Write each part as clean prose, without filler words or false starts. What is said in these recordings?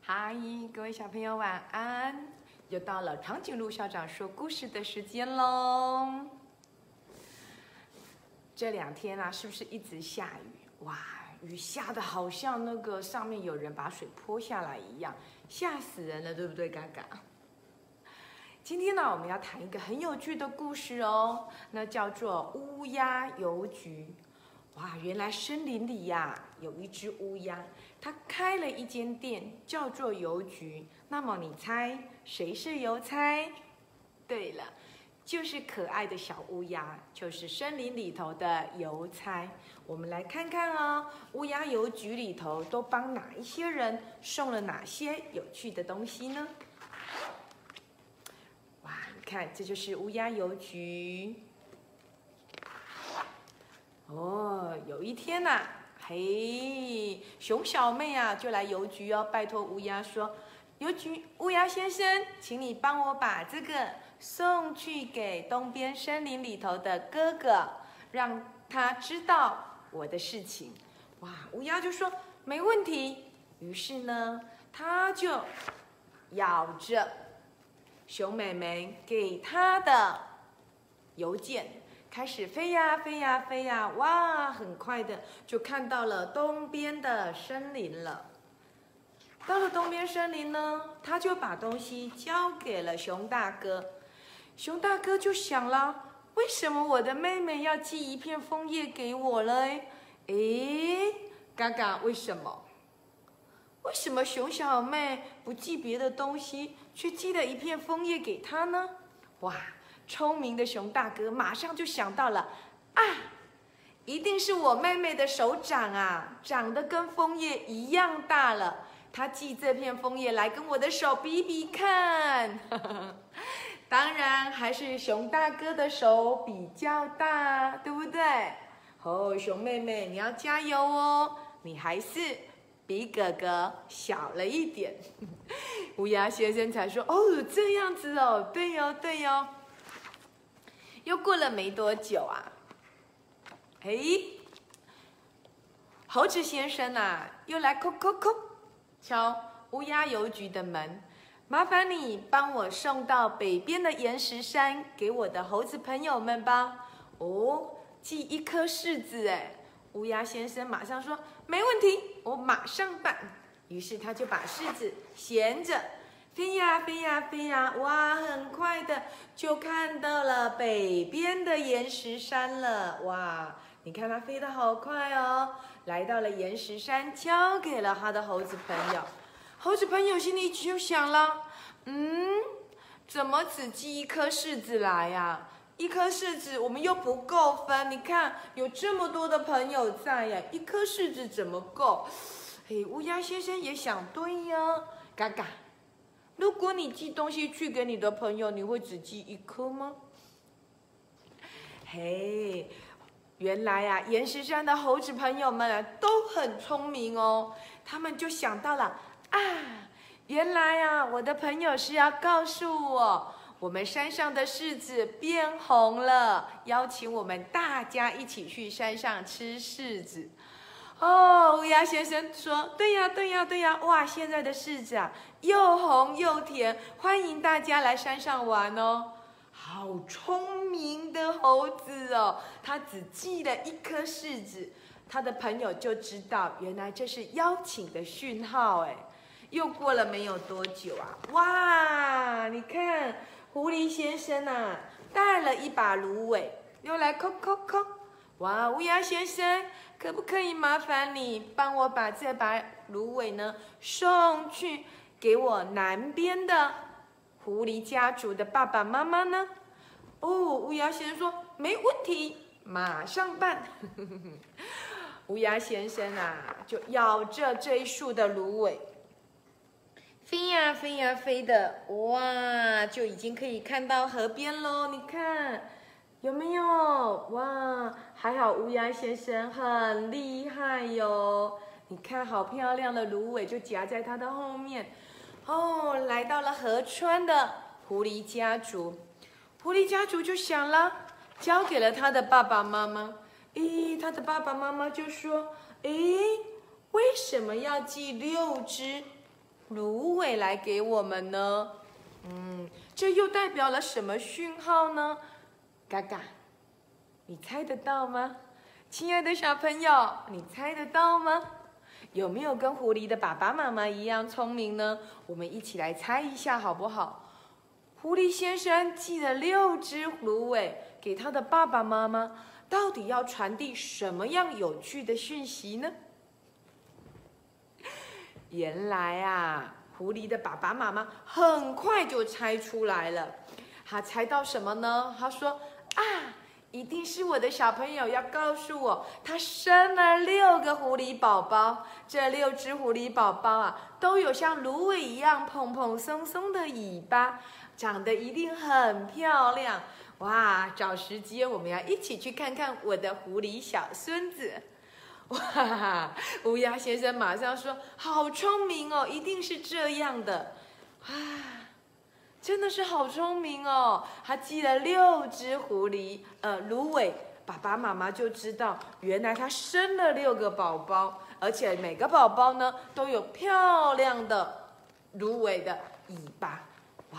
嗨，各位小朋友晚安！又到了长颈鹿校长说故事的时间喽。这2天啊，是不是一直下雨？哇，雨下的好像那个上面有人把水泼下来一样，吓死人了，对不对，嘎嘎？今天呢，我们要谈一个很有趣的故事哦，那叫做乌鸦邮局。哇，原来森林里呀，有一只乌鸦，它开了一间店，叫做邮局。那么你猜谁是邮差？对了，就是可爱的小乌鸦，就是森林里头的邮差。我们来看看哦，乌鸦邮局里头都帮哪一些人送了哪些有趣的东西呢？哇，你看，这就是乌鸦邮局。哦，有一天呐，嘿，熊小妹啊就来邮局哦，拜托乌鸦说：“邮局乌鸦先生，请你帮我把这个送去给东边森林里头的哥哥，让他知道我的事情。”哇，乌鸦就说：“没问题。”于是呢，他就咬着熊妹妹给他的邮件。开始飞呀飞呀飞呀，哇，很快的就看到了东边的森林了。到了东边森林呢，他就把东西交给了熊大哥。熊大哥就想了，为什么我的妹妹要寄一片枫叶给我了？嘎嘎，为什么？为什么熊小妹不寄别的东西，却寄了一片枫叶给她呢？哇！聪明的熊大哥马上就想到了，啊，一定是我妹妹的手掌啊，长得跟枫叶一样大了。她寄这片枫叶来跟我的手比比看。当然还是熊大哥的手比较大，对不对？哦，熊妹妹你要加油哦，你还是比哥哥小了一点。乌鸦先生才说，哦，这样子哦，对哟对哟。又过了没多久啊，猴子先生啊，又来叩叩叩敲乌鸦邮局的门，麻烦你帮我送到北边的岩石山给我的猴子朋友们吧。哦，寄1颗柿子哎，乌鸦先生马上说没问题，我马上办。于是他就把柿子衔着。飞呀飞呀飞呀，哇！很快的就看到了北边的岩石山了，哇！你看它飞得好快哦，来到了岩石山，交给了他的猴子朋友。猴子朋友心里就想了，怎么只寄1颗柿子来呀？1颗柿子我们又不够分，你看有这么多的朋友在呀，1颗柿子怎么够？乌鸦先生也想，对呀，嘎嘎。如果你寄东西去给你的朋友，你会只寄1颗吗？原来啊，岩石山的猴子朋友们啊都很聪明哦，他们就想到了啊，原来啊，我的朋友是要告诉我们山上的柿子变红了，邀请我们大家一起去山上吃柿子。哦，乌鸦先生说：“对呀，对呀，对呀！哇，现在的柿子啊，又红又甜，欢迎大家来山上玩哦。”好聪明的猴子哦，他只寄了1颗柿子，他的朋友就知道，原来这是邀请的讯号哎。又过了没有多久啊，哇，你看狐狸先生啊，带了一把芦苇，又来叩叩叩。哇，乌鸦先生，可不可以麻烦你帮我把这把芦苇呢送去给我南边的狐狸家族的爸爸妈妈呢？哦，乌鸦先生说没问题，马上办。乌鸦先生啊，就咬着这一束的芦苇，飞呀飞呀飞的，哇，就已经可以看到河边喽。你看。有没有？哇，还好乌鸦先生很厉害哟！你看，好漂亮的芦苇就夹在他的后面。哦，来到了河川的狐狸家族，狐狸家族就想了，交给了他的爸爸妈妈。他的爸爸妈妈就说：为什么要寄6只芦苇来给我们呢？这又代表了什么讯号呢？嘎嘎，你猜得到吗？亲爱的小朋友，你猜得到吗？有没有跟狐狸的爸爸妈妈一样聪明呢？我们一起来猜一下好不好？狐狸先生寄了6只芦苇给他的爸爸妈妈，到底要传递什么样有趣的讯息呢？原来啊，狐狸的爸爸妈妈很快就猜出来了。他猜到什么呢？他说啊，一定是我的小朋友要告诉我，他生了6个狐狸宝宝。这6只狐狸宝宝啊，都有像芦苇一样蓬蓬松松的尾巴，长得一定很漂亮。哇，找时间我们要一起去看看我的狐狸小孙子。哇，乌鸦先生马上说：“好聪明哦，一定是这样的。”啊，真的是好聪明哦！他寄了6只芦苇，爸爸妈妈就知道，原来他生了6个宝宝，而且每个宝宝呢都有漂亮的芦苇的尾巴。哇！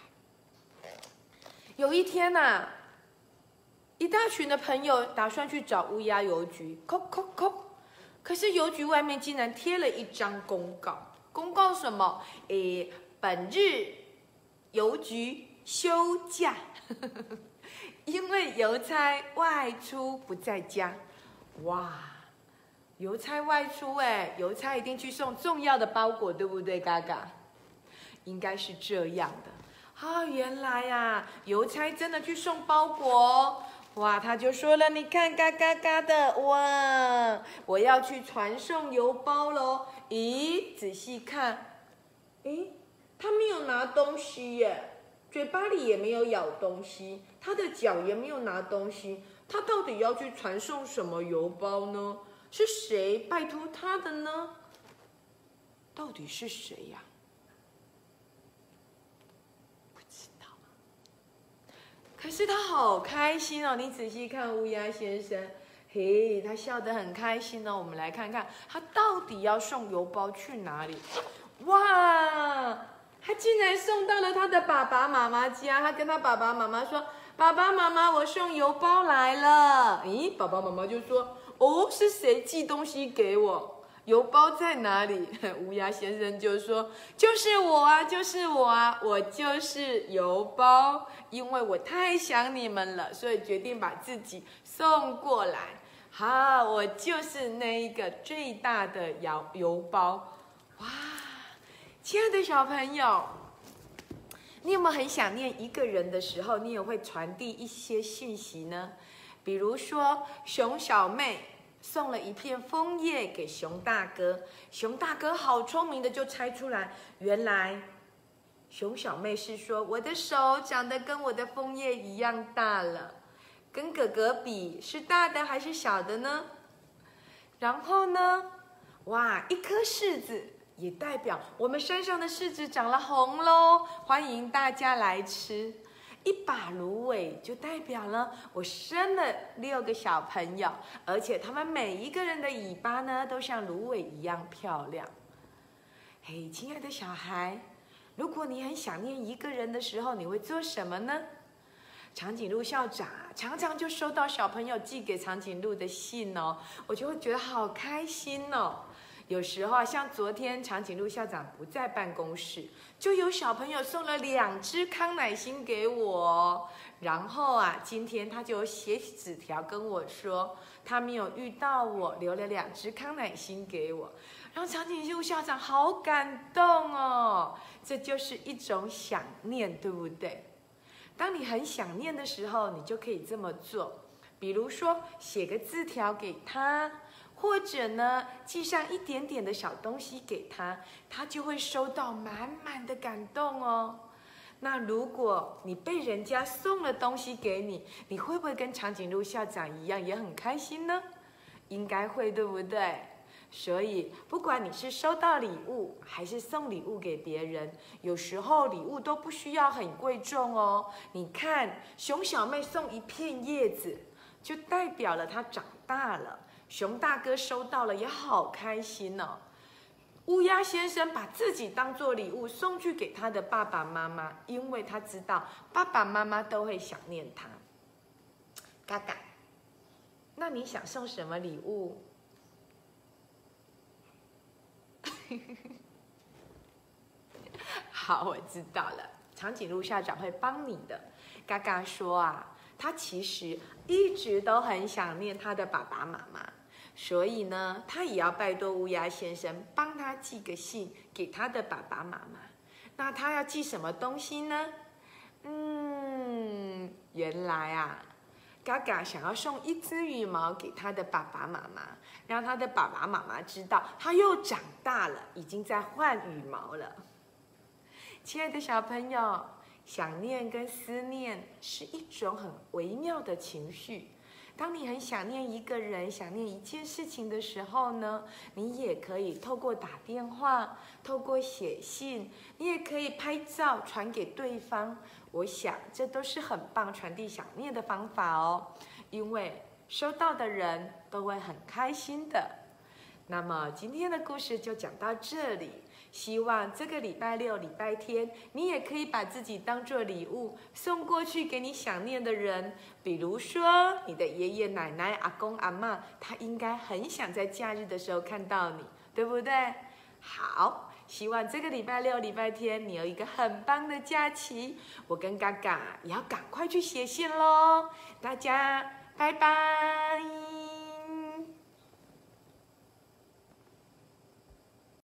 有一天啊，一大群的朋友打算去找乌鸦邮局，叩叩叩。可是邮局外面竟然贴了一张公告，公告什么？本日邮局休假，因为邮差外出不在家。哇，邮差外出邮差一定去送重要的包裹，对不对？嘎嘎，应该是这样的啊。原来啊，邮差真的去送包裹哦。哇，他就说了，你看，嘎嘎嘎的，哇，我要去传送邮包喽。咦，仔细看，他没有拿东西耶，嘴巴里也没有咬东西，他的脚也没有拿东西，他到底要去传送什么邮包呢？是谁拜托他的呢？到底是谁呀？可是他好开心哦！你仔细看乌鸦先生，嘿，他笑得很开心哦。我们来看看他到底要送邮包去哪里？哇，他竟然送到了他的爸爸妈妈家。他跟他爸爸妈妈说：“爸爸妈妈，我送邮包来了。”咦，爸爸妈妈就说：“哦，是谁寄东西给我？邮包在哪里？”乌鸦先生就说：“就是我啊，就是我啊，我就是邮包。因为我太想你们了，所以决定把自己送过来。好，我就是那一个最大的邮包。”哇，亲爱的小朋友，你有没有很想念一个人的时候，你也会传递一些讯息呢？比如说，熊小妹送了一片枫叶给熊大哥，熊大哥好聪明的就猜出来，原来熊小妹是说，我的手长得跟我的枫叶一样大了，跟哥哥比是大的还是小的呢？然后呢，哇，一颗柿子也代表我们山上的柿子长了红喽，欢迎大家来吃。一把芦苇就代表了我生了6个小朋友，而且他们每一个人的尾巴呢，都像芦苇一样漂亮。嘿，亲爱的小孩，如果你很想念一个人的时候，你会做什么呢？长颈鹿校长常常就收到小朋友寄给长颈鹿的信哦，我就会觉得好开心哦。有时候像昨天长颈鹿校长不在办公室，就有小朋友送了2只康乃馨给我。然后啊，今天他就写纸条跟我说，他没有遇到我，留了2只康乃馨给我。然后长颈鹿校长好感动哦，这就是一种想念，对不对？当你很想念的时候，你就可以这么做，比如说写个字条给他，或者呢寄上一点点的小东西给他，他就会收到满满的感动哦。那如果你被人家送了东西给你，你会不会跟长颈鹿校长一样也很开心呢？应该会，对不对？所以不管你是收到礼物还是送礼物给别人，有时候礼物都不需要很贵重哦。你看熊小妹送一片叶子，就代表了她长大了，熊大哥收到了也好开心哦。 乌鸦先生把自己当作礼物送去给他的爸爸妈妈，因为他知道爸爸妈妈都会想念他。嘎嘎，那你想送什么礼物？好，我知道了，长颈鹿校长会帮你的。嘎嘎说啊，他其实一直都很想念他的爸爸妈妈。所以呢，他也要拜托乌鸦先生帮他寄个信给他的爸爸妈妈。那他要寄什么东西呢？原来啊，嘎嘎想要送一只羽毛给他的爸爸妈妈，让他的爸爸妈妈知道他又长大了，已经在换羽毛了。亲爱的小朋友，想念跟思念是一种很微妙的情绪。当你很想念一个人、想念一件事情的时候呢，你也可以透过打电话、透过写信，你也可以拍照传给对方。我想这都是很棒传递想念的方法哦，因为收到的人都会很开心的。那么今天的故事就讲到这里。希望这个礼拜六、礼拜天，你也可以把自己当作礼物送过去给你想念的人。比如说，你的爷爷奶奶、阿公阿嬷，他应该很想在假日的时候看到你，对不对？好，希望这个礼拜六、礼拜天，你有一个很棒的假期。我跟嘎嘎也要赶快去写信咯，大家拜拜。